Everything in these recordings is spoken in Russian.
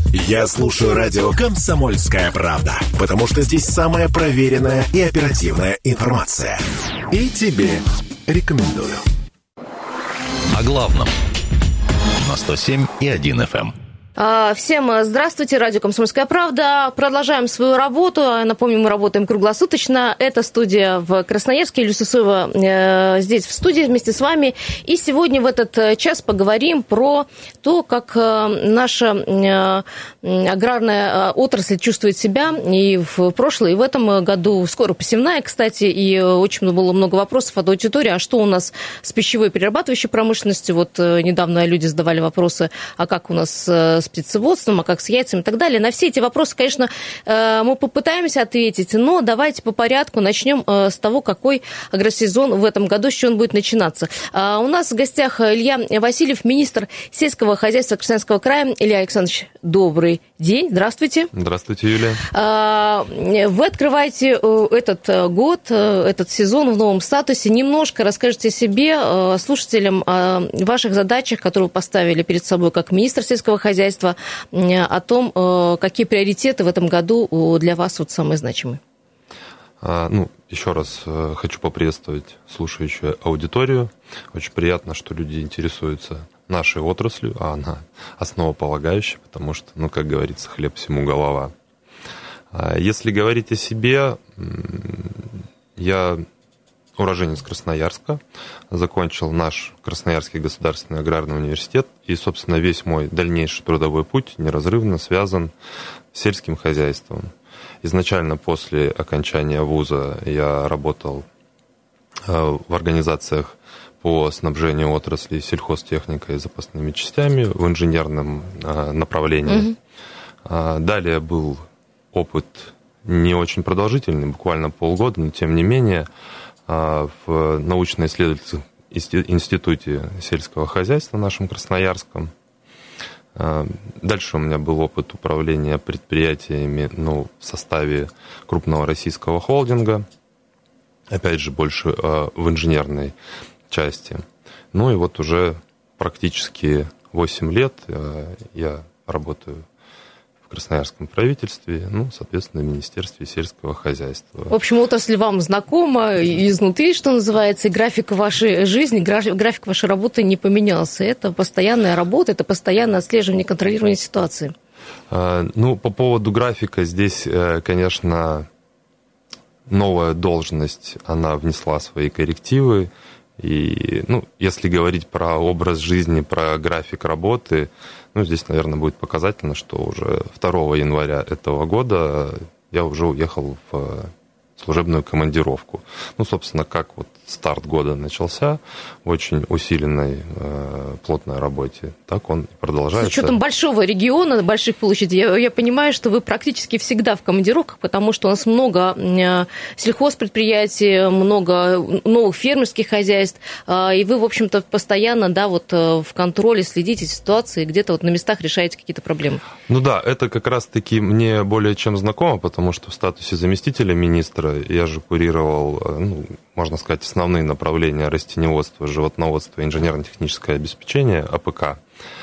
Я слушаю радио «Комсомольская правда», потому что здесь самая проверенная и оперативная информация. И тебе рекомендую. О главном на 107,1 FM. Всем здравствуйте, радио «Комсомольская правда». Продолжаем свою работу. Напомню, мы работаем круглосуточно. Это студия в Красноярске. Юлия Сысоева здесь в студии вместе с вами. И сегодня в этот час поговорим про то, как наша аграрная отрасль чувствует себя и в прошлом, и в этом году. Скоро посевная, кстати, и очень было много вопросов от аудитории. А что у нас с пищевой перерабатывающей промышленностью? Вот недавно люди задавали вопросы, а как у нас с птицеводством, а как с яйцами и так далее. На все эти вопросы, конечно, мы попытаемся ответить, но давайте по порядку начнем с того, какой агросезон в этом году, с чего он будет начинаться. У нас в гостях Илья Васильев, министр сельского хозяйства Красноярского края. Илья Александрович, добрый день, здравствуйте. Здравствуйте, Юлия. Вы открываете этот год, этот сезон в новом статусе. Немножко расскажите о себе, слушателям, о ваших задачах, которые вы поставили перед собой как министр сельского хозяйства, о том, какие приоритеты в этом году для вас вот самые значимые. Еще раз хочу поприветствовать слушающую аудиторию. Очень приятно, что люди интересуются нашей отраслью, а она основополагающая, потому что, как говорится, хлеб всему голова. Если говорить о себе, я уроженец Красноярска, закончил наш Красноярский государственный аграрный университет, и, собственно, весь мой дальнейший трудовой путь неразрывно связан с сельским хозяйством. Изначально после окончания вуза я работал в организациях по снабжению отрасли сельхозтехникой и запасными частями в инженерном направлении. Далее был опыт не очень продолжительный, буквально полгода, но тем не менее в научно-исследовательском институте сельского хозяйства нашем Красноярском. Дальше у меня был опыт управления предприятиями в составе крупного российского холдинга, опять же, больше в инженерной части. И вот уже практически 8 лет я работаю в Красноярском правительстве, соответственно, в Министерстве сельского хозяйства. В общем, отрасль вам знакома изнутри, что называется, и график вашей жизни, график вашей работы не поменялся. Это постоянная работа, это постоянное отслеживание, контролирование ситуации. По поводу графика, здесь, конечно, новая должность, она внесла свои коррективы. И, если говорить про образ жизни, про график работы, здесь, наверное, будет показательно, что уже 2 января этого года я уже уехал в служебную командировку. Собственно, как вот старт года начался в очень усиленной, плотной работе, так он и продолжается. С учетом большого региона, больших площадей, я понимаю, что вы практически всегда в командировках, потому что у нас много сельхозпредприятий, много новых фермерских хозяйств, и вы, в общем-то, постоянно, в контроле следите ситуации, где-то на местах решаете какие-то проблемы. Это как раз-таки мне более чем знакомо, потому что в статусе заместителя министра я же курировал, можно сказать, основные направления растениеводства, животноводства, инженерно-техническое обеспечение, АПК.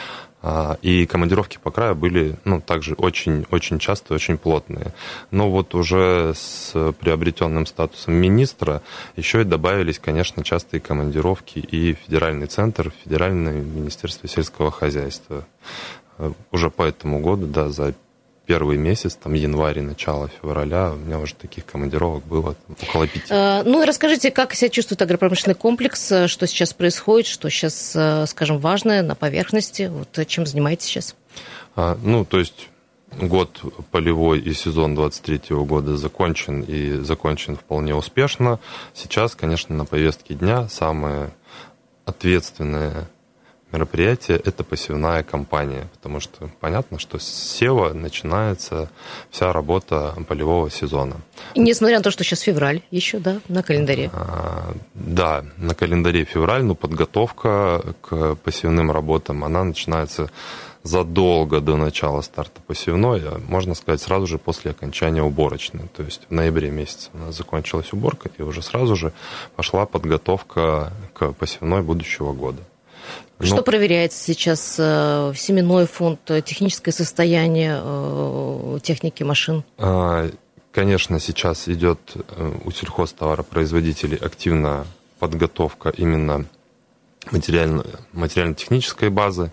И командировки по краю были, также очень частые, очень плотные. Но вот уже с приобретенным статусом министра еще и добавились, конечно, частые командировки и в федеральный центр, в Федеральное министерство сельского хозяйства. Уже по этому году, за первый месяц, январь, начало февраля, у меня уже таких командировок было около 5. И расскажите, как себя чувствует агропромышленный комплекс, что сейчас происходит, что сейчас, скажем, важное на поверхности, чем занимаетесь сейчас? То есть год полевой и сезон 23 года закончен, и закончен вполне успешно. Сейчас, конечно, на повестке дня самое ответственное мероприятие – это посевная кампания, потому что понятно, что с сева начинается вся работа полевого сезона. И несмотря на то, что сейчас февраль еще, на календаре. Да, на календаре февраль, но подготовка к посевным работам, она начинается задолго до начала старта посевной, можно сказать, сразу же после окончания уборочной. То есть в ноябре месяце у нас закончилась уборка, и уже сразу же пошла подготовка к посевной будущего года. Что проверяется сейчас? Семенной фонд, техническое состояние техники машин? Конечно, сейчас идет у сельхозтоваропроизводителей активная подготовка именно материально-технической базы.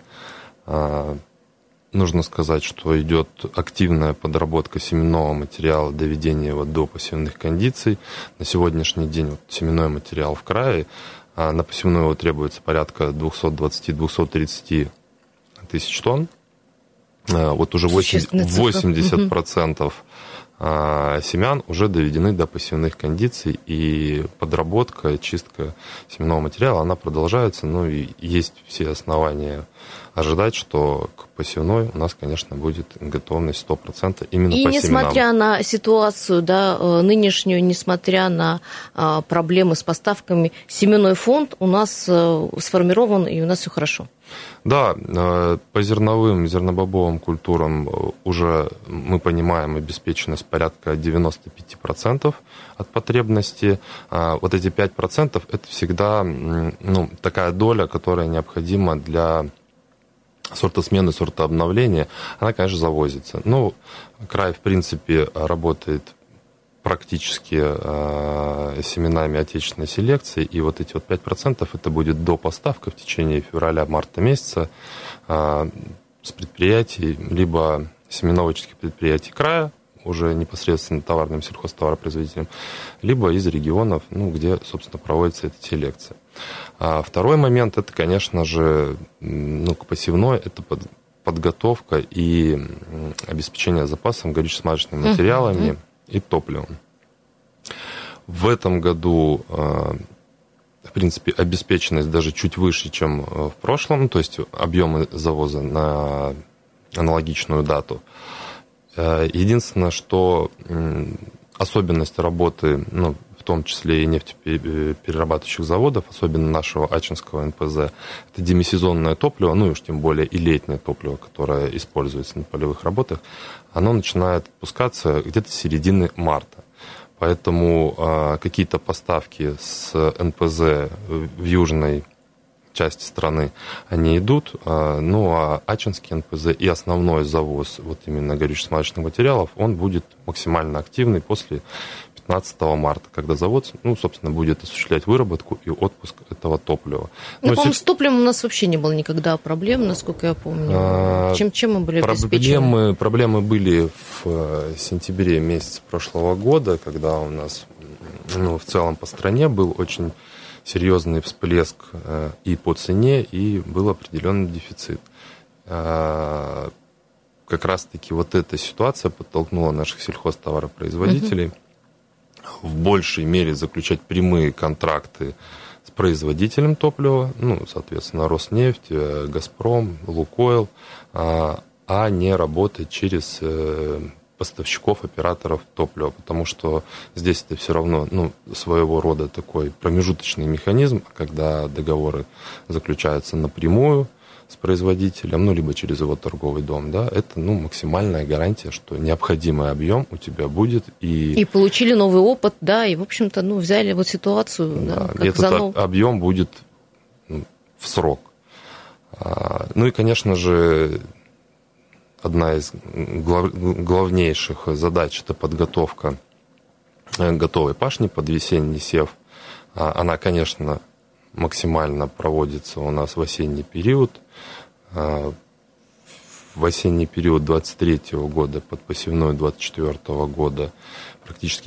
Нужно сказать, что идет активная подработка семенного материала, доведение его до посевных кондиций. На сегодняшний день вот семенной материал в крае, на посевную его требуется порядка 220-230 тысяч тонн. Вот уже 80% семян уже доведены до посевных кондиций, и подработка, чистка семенного материала, она продолжается, ну и есть все основания ожидать, что к посевной у нас, конечно, будет готовность 100% именно по семенам. И несмотря на ситуацию, да, нынешнюю, несмотря на проблемы с поставками, семенной фонд у нас сформирован, и у нас все хорошо. Да, по зерновым, зернобобовым культурам уже мы понимаем обеспеченность порядка 95% от потребности. Вот эти 5% это всегда такая доля, которая необходима для сортосмены, сортообновления. Она, конечно, завозится. Ну, край, в принципе, работает практически семенами отечественной селекции, и вот эти вот 5% это будет допоставка в течение февраля-марта месяца с предприятий, либо семеноводческих предприятий края, уже непосредственно товарным сельхозтоваропроизводителям, либо из регионов, где, собственно, проводится эта селекция. Второй момент, это, конечно же, к посевной, это подготовка и обеспечение запасом горюче-смазочными материалами и топливом. В этом году, в принципе, обеспеченность даже чуть выше, чем в прошлом, то есть объемы завоза на аналогичную дату. Единственное, что особенность работы, в том числе и нефтеперерабатывающих заводов, особенно нашего Ачинского НПЗ, это демисезонное топливо, и уж тем более и летнее топливо, которое используется на полевых работах, оно начинает отпускаться где-то с середины марта. Поэтому какие-то поставки с НПЗ в южной части страны, они идут, а Ачинский НПЗ и основной завоз вот именно горюче-смазочных материалов, он будет максимально активный после 15 марта, когда завод, собственно, будет осуществлять выработку и отпуск этого топлива. По-моему, с топливом у нас вообще не было никогда проблем, насколько я помню. Чем мы были обеспечены? Проблемы были в сентябре месяце прошлого года, когда у нас в целом по стране был очень серьезный всплеск и по цене, и был определенный дефицит. Как раз-таки вот эта ситуация подтолкнула наших сельхозтоваропроизводителей в большей мере заключать прямые контракты с производителем топлива, соответственно, Роснефть, Газпром, Лукойл, а не работать через поставщиков, операторов топлива, потому что здесь это все равно своего рода такой промежуточный механизм, когда договоры заключаются напрямую с производителем, либо через его торговый дом, да, это максимальная гарантия, что необходимый объем у тебя будет. И получили новый опыт, да, и, в общем-то, взяли вот ситуацию. Да, и этот объем будет в срок. И, конечно же, одна из главнейших задач – это подготовка готовой пашни под весенний сев. Она, конечно, максимально проводится у нас в осенний период. В осенний период 2023 года под посевной 2024 года практически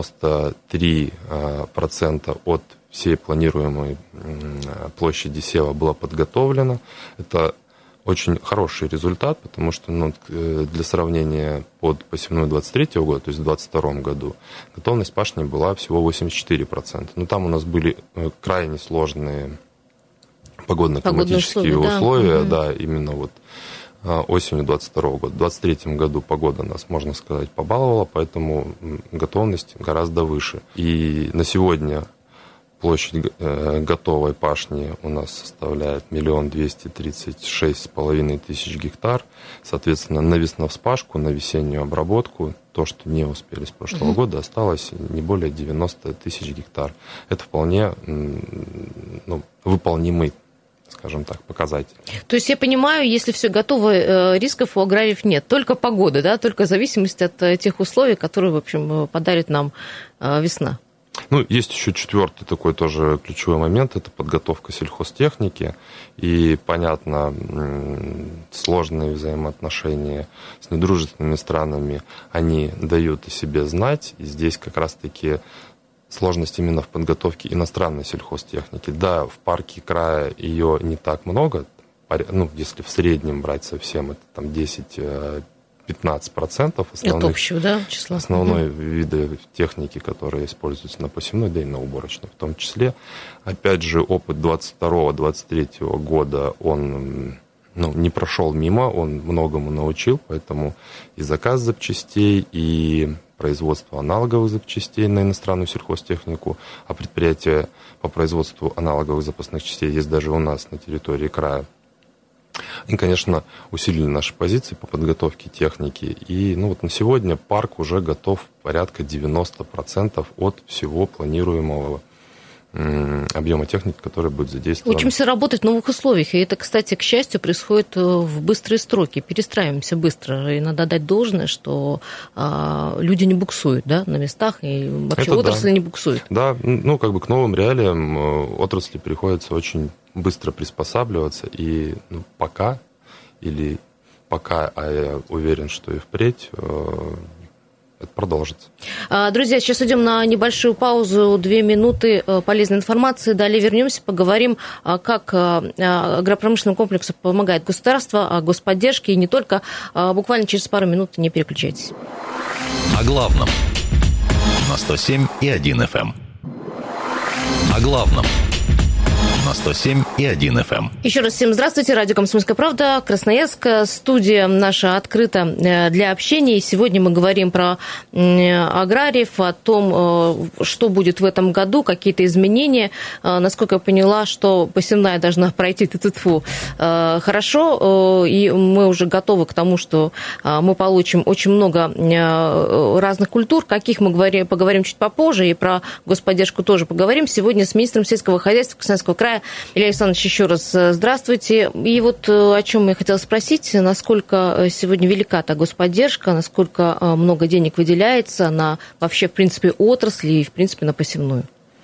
93% от всей планируемой площади сева была подготовлена. Это очень хороший результат, потому что для сравнения под посевную 2023 года, то есть в 2022 году, готовность пашни была всего 84%. Но там у нас были крайне сложные погодно-климатические условия, да, именно вот осенью 2022 года. В 2023 году погода нас, можно сказать, побаловала, поэтому готовность гораздо выше. И на сегодня площадь готовой пашни у нас составляет 1 236,5 тысяч гектар. Соответственно, на весновспашку, на весеннюю обработку, то, что не успели с прошлого года, осталось не более 90 тысяч гектар. Это вполне выполнимый, скажем так, показатель. То есть я понимаю, если все готово, рисков у аграриев нет, только погода, да, только зависимость от тех условий, которые, в общем, подарит нам весна. Ну, есть еще четвертый такой тоже ключевой момент, это подготовка сельхозтехники. И, понятно, сложные взаимоотношения с недружественными странами, они дают о себе знать. И здесь как раз-таки сложность именно в подготовке иностранной сельхозтехники. Да, в парке края ее не так много, ну, если в среднем брать совсем, это там 10-15% от общего, да, числа. Основной виды техники, которые используются на посевной, да и на уборочной в том числе. Опять же, опыт 22-23 года, он не прошел мимо, он многому научил, поэтому и заказ запчастей, и производство аналоговых запчастей на иностранную сельхозтехнику, а предприятия по производству аналоговых запасных частей есть даже у нас на территории края. И, конечно, усилили наши позиции по подготовке техники. И на сегодня парк уже готов порядка 90% от всего планируемого объема техники, который будет задействован. Учимся работать в новых условиях. И это, кстати, к счастью, происходит в быстрые сроки. Перестраиваемся быстро. И надо дать должное, что люди не буксуют, да, на местах, и вообще это отрасль не буксует. Да, к новым реалиям отрасли приходится очень быстро приспосабливаться. И пока, а я уверен, что и впредь, это продолжится. Друзья, сейчас идем на небольшую паузу, 2 минуты полезной информации. Далее вернемся, поговорим, как агропромышленному комплексу помогает государство, о господдержке и не только. Буквально через пару минут, не переключайтесь. О главном на 107,1 FM. О главном на 107,1 FM. Еще раз всем здравствуйте. Радио «Комсомольская правда», Красноярск. Студия наша открыта для общения. И сегодня мы говорим про аграриев, о том, что будет в этом году, какие-то изменения. Насколько я поняла, что посевная должна пройти хорошо, и мы уже готовы к тому, что мы получим очень много разных культур. Каких мы поговорим чуть попозже, и про господдержку тоже поговорим. Сегодня с министром сельского хозяйства Красноярского края. Илья Александрович, еще раз здравствуйте. И вот о чем я хотела спросить, насколько сегодня велика та господдержка, насколько много денег выделяется на вообще, в принципе, отрасль и, в принципе, на посевную?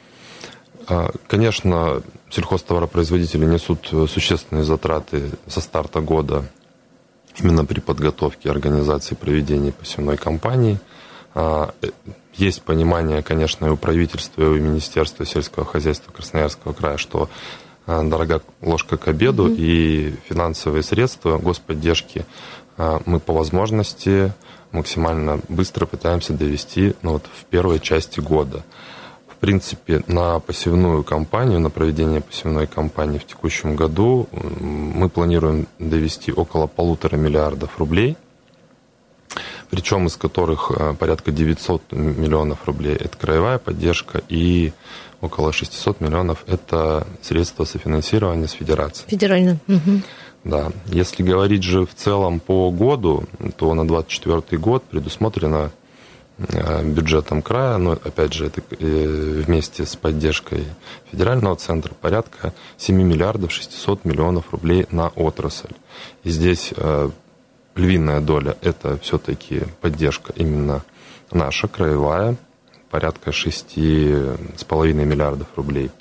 Конечно, сельхозтоваропроизводители несут существенные затраты со старта года именно при подготовке организации проведения посевной кампании. Есть понимание, конечно, и у правительства, и у Министерства сельского хозяйства Красноярского края, что дорога ложка к обеду, и финансовые средства господдержки мы по возможности максимально быстро пытаемся довести в первой части года. В принципе, на посевную кампанию, на проведение посевной кампании в текущем году мы планируем довести около 1,5 миллиарда рублей, причем из которых порядка 900 миллионов рублей – это краевая поддержка, и около 600 миллионов – это средства софинансирования с федерацией. Федерально. Угу. Да. Если говорить же в целом по году, то на 2024 год предусмотрено бюджетом края, но, опять же, это вместе с поддержкой федерального центра, порядка 7 миллиардов 600 миллионов рублей на отрасль. И здесь львиная доля – это все-таки поддержка именно наша, краевая, порядка 6,5 миллиардов рублей.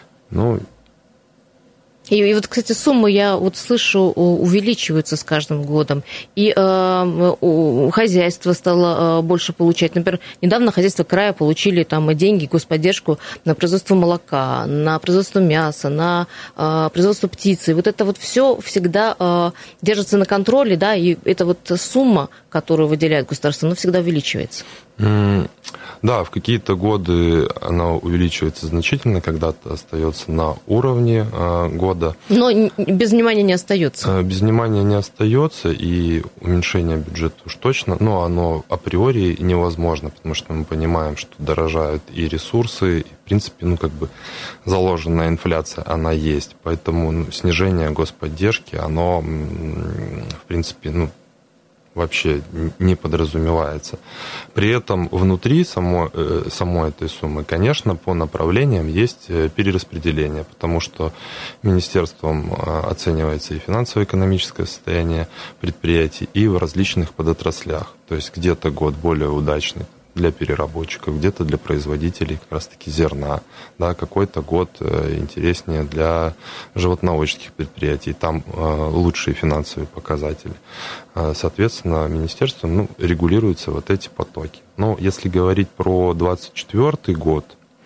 И вот, кстати, суммы, я слышу, увеличиваются с каждым годом. И хозяйство стало больше получать. Например, недавно хозяйство края получили деньги, господдержку на производство молока, на производство мяса, на производство птицы. Вот это все всегда держится на контроле, да, и эта сумма, которую выделяет государство, она всегда увеличивается. Да, в какие-то годы она увеличивается значительно, когда-то остается на уровне года. Но без внимания не остается. Без внимания не остается, и уменьшение бюджета уж точно, но оно априори невозможно, потому что мы понимаем, что дорожают и ресурсы, и, в принципе, заложенная инфляция, она есть. Поэтому снижение господдержки, оно, в принципе, вообще не подразумевается. При этом внутри самой этой суммы, конечно, по направлениям есть перераспределение, потому что министерством оценивается и финансово-экономическое состояние предприятий, и в различных подотраслях. То есть где-то год более удачный для переработчиков, где-то для производителей как раз-таки зерна, да, какой-то год интереснее для животноводческих предприятий, там лучшие финансовые показатели. Соответственно, министерством регулируются вот эти потоки. Но если говорить про 2024 год,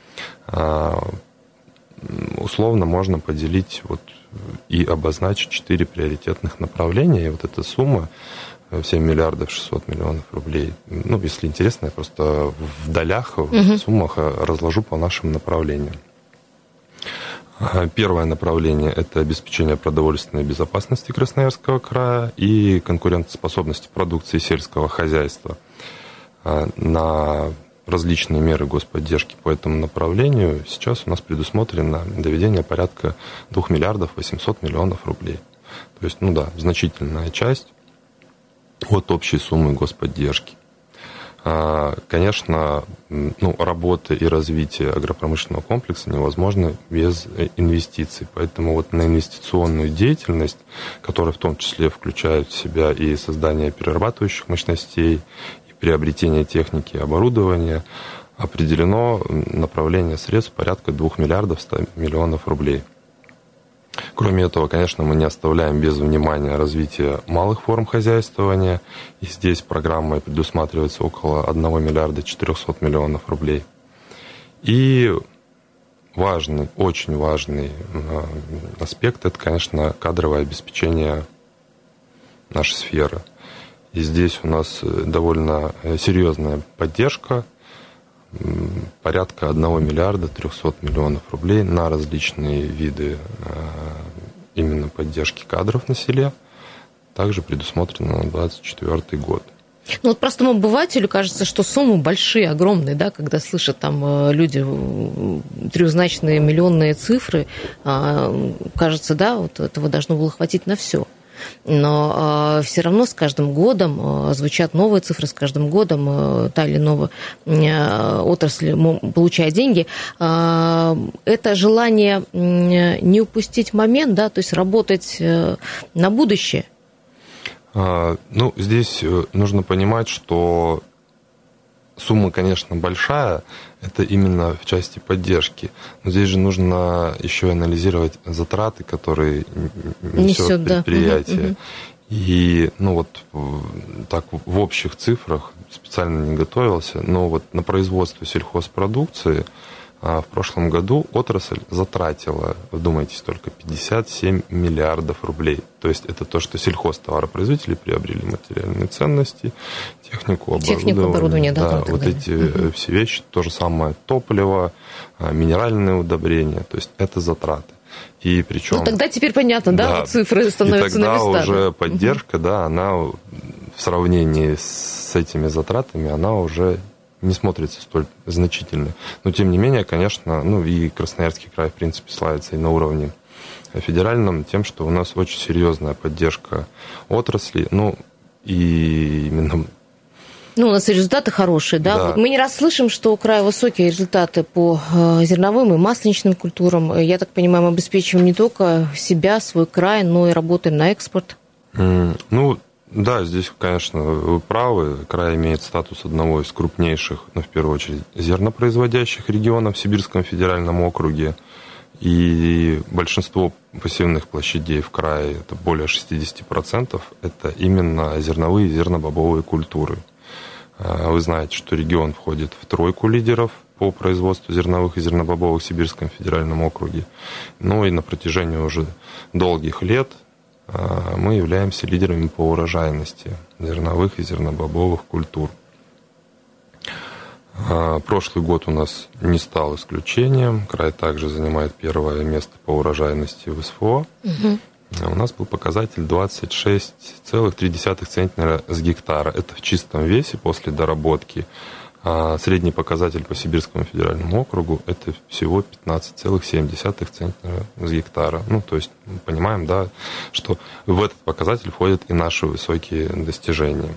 условно можно поделить и обозначить 4 приоритетных направления, и вот эта сумма 7 миллиардов 600 миллионов рублей. Если интересно, я просто в долях, в суммах разложу по нашим направлениям. Первое направление – это обеспечение продовольственной безопасности Красноярского края и конкурентоспособности продукции сельского хозяйства. На различные меры господдержки по этому направлению сейчас у нас предусмотрено доведение порядка 2 миллиардов 800 миллионов рублей. То есть, значительная часть от общей суммы господдержки. Конечно, работа и развитие агропромышленного комплекса невозможно без инвестиций. Поэтому на инвестиционную деятельность, которая в том числе включает в себя и создание перерабатывающих мощностей, и приобретение техники и оборудования, определено направление средств порядка 2 миллиардов 100 миллионов рублей. Кроме этого, конечно, мы не оставляем без внимания развитие малых форм хозяйствования. И здесь программой предусматривается около 1 миллиарда 400 миллионов рублей. И очень важный аспект – это, конечно, кадровое обеспечение нашей сферы. И здесь у нас довольно серьезная поддержка, порядка 1 миллиарда 300 миллионов рублей на различные виды именно поддержки кадров на селе. Также предусмотрено на 2024 год. Простому обывателю кажется, что суммы большие, огромные, да, когда слышат там люди трехзначные миллионные цифры, кажется, да, этого должно было хватить на все. Но все равно с каждым годом звучат новые цифры, с каждым годом та или иная отрасль получает деньги. Это желание не упустить момент, да, то есть работать на будущее. Здесь нужно понимать, что сумма, конечно, большая, это именно в части поддержки. Но здесь же нужно еще анализировать затраты, которые несет предприятие. И, так в общих цифрах специально не готовился, но на производство сельхозпродукции в прошлом году отрасль затратила, вдумайтесь, только 57 миллиардов рублей. То есть это то, что сельхозтоваропроизводители приобрели материальные ценности, технику, оборудование, да, эти все вещи, то же самое топливо, минеральные удобрения, то есть это затраты. И причем, тогда теперь понятно, да, цифры становятся на места. И тогда уже поддержка, да, она в сравнении с этими затратами, она уже не смотрится столь значительно. Но, тем не менее, конечно, и Красноярский край, в принципе, славится и на уровне федеральном тем, что у нас очень серьезная поддержка отрасли, и именно... У нас результаты хорошие, да? Мы не раз слышим, что у края высокие результаты по зерновым и масленичным культурам. Я так понимаю, мы обеспечиваем не только себя, свой край, но и работаем на экспорт. Да, здесь, конечно, вы правы. Край имеет статус одного из крупнейших, в первую очередь, зернопроизводящих регионов в Сибирском федеральном округе. И большинство посевных площадей в крае, это более 60%, это именно зерновые и зернобобовые культуры. Вы знаете, что регион входит в тройку лидеров по производству зерновых и зернобобовых в Сибирском федеральном округе. И на протяжении уже долгих лет мы являемся лидерами по урожайности зерновых и зернобобовых культур. Прошлый год у нас не стал исключением. Край также занимает первое место по урожайности в СФО. У нас был показатель 26,3 центнера с гектара. Это в чистом весе после доработки Средний показатель по Сибирскому федеральному округу – это всего 15,7 центнера с гектара. То есть мы понимаем, да, что в этот показатель входят и наши высокие достижения.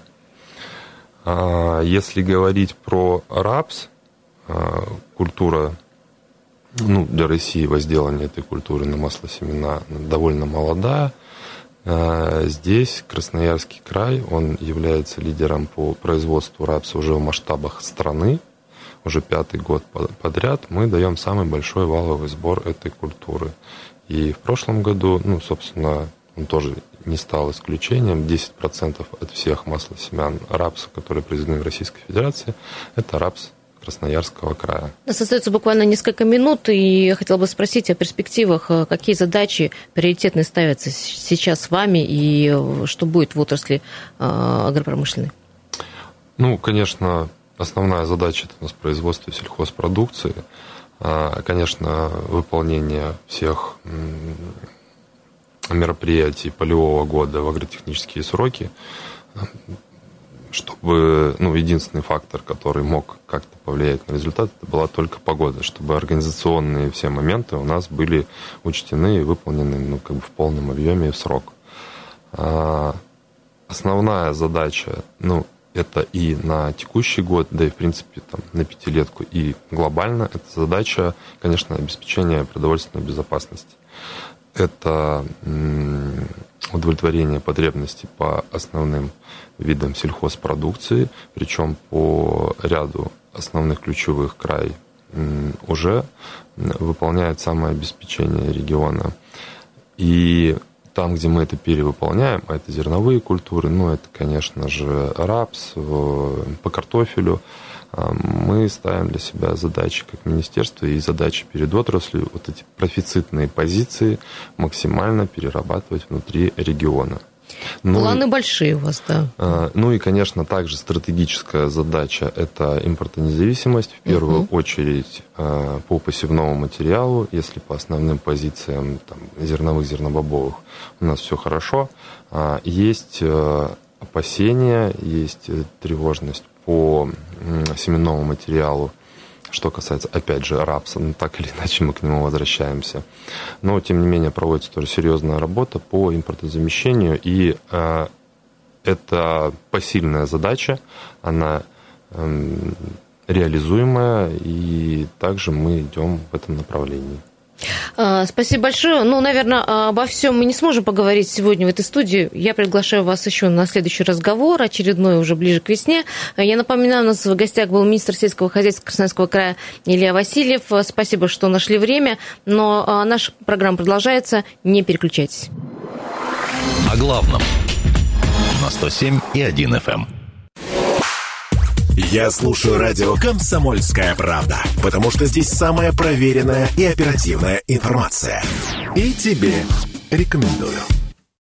Если говорить про рапс, культура, для России возделание этой культуры на маслосемена довольно молодая. Здесь Красноярский край, он является лидером по производству рапса уже в масштабах страны. Уже 5-й год подряд мы даем самый большой валовый сбор этой культуры. И в прошлом году, собственно, он тоже не стал исключением. 10% от всех маслосемян рапса, которые произведены в Российской Федерации, это рапс Красноярского края. У нас остается буквально несколько минут, и я хотела бы спросить о перспективах, какие задачи приоритетные ставятся сейчас вами, и что будет в отрасли агропромышленной? Конечно, основная задача – это у нас производство сельхозпродукции, конечно, выполнение всех мероприятий полевого года в агротехнические сроки, чтобы, единственный фактор, который мог как-то повлиять на результат, это была только погода, чтобы организационные все моменты у нас были учтены и выполнены, в полном объеме и в срок. Основная задача, это и на текущий год, да и, в принципе, на 5-летку, и глобально, это задача, конечно, обеспечения продовольственной безопасности. Это удовлетворение потребностей по основным видам сельхозпродукции, причем по ряду основных ключевых край уже выполняет самообеспечение региона. И там, где мы это перевыполняем, а это зерновые культуры, это, конечно же, рапс, по картофелю, мы ставим для себя задачи как министерство и задачи перед отраслью вот эти профицитные позиции максимально перерабатывать внутри региона. Планы большие у вас, да. И, конечно, также стратегическая задача – это импортонезависимость, в первую очередь по посевному материалу. Если по основным позициям зерновых, зернобобовых у нас все хорошо, есть опасения, есть тревожность по семенному материалу, что касается, опять же, рапса, так или иначе мы к нему возвращаемся. Но, тем не менее, проводится тоже серьезная работа по импортозамещению, и это посильная задача, она реализуемая, и также мы идем в этом направлении. Спасибо большое. Наверное, обо всем мы не сможем поговорить сегодня в этой студии. Я приглашаю вас еще на следующий разговор, очередной уже ближе к весне. Я напоминаю, у нас в гостях был министр сельского хозяйства Красноярского края Илья Васильев. Спасибо, что нашли время. Но наша программа продолжается. Не переключайтесь. О главном на 107,1 FM. Я слушаю радио «Комсомольская правда», потому что здесь самая проверенная и оперативная информация. И тебе рекомендую.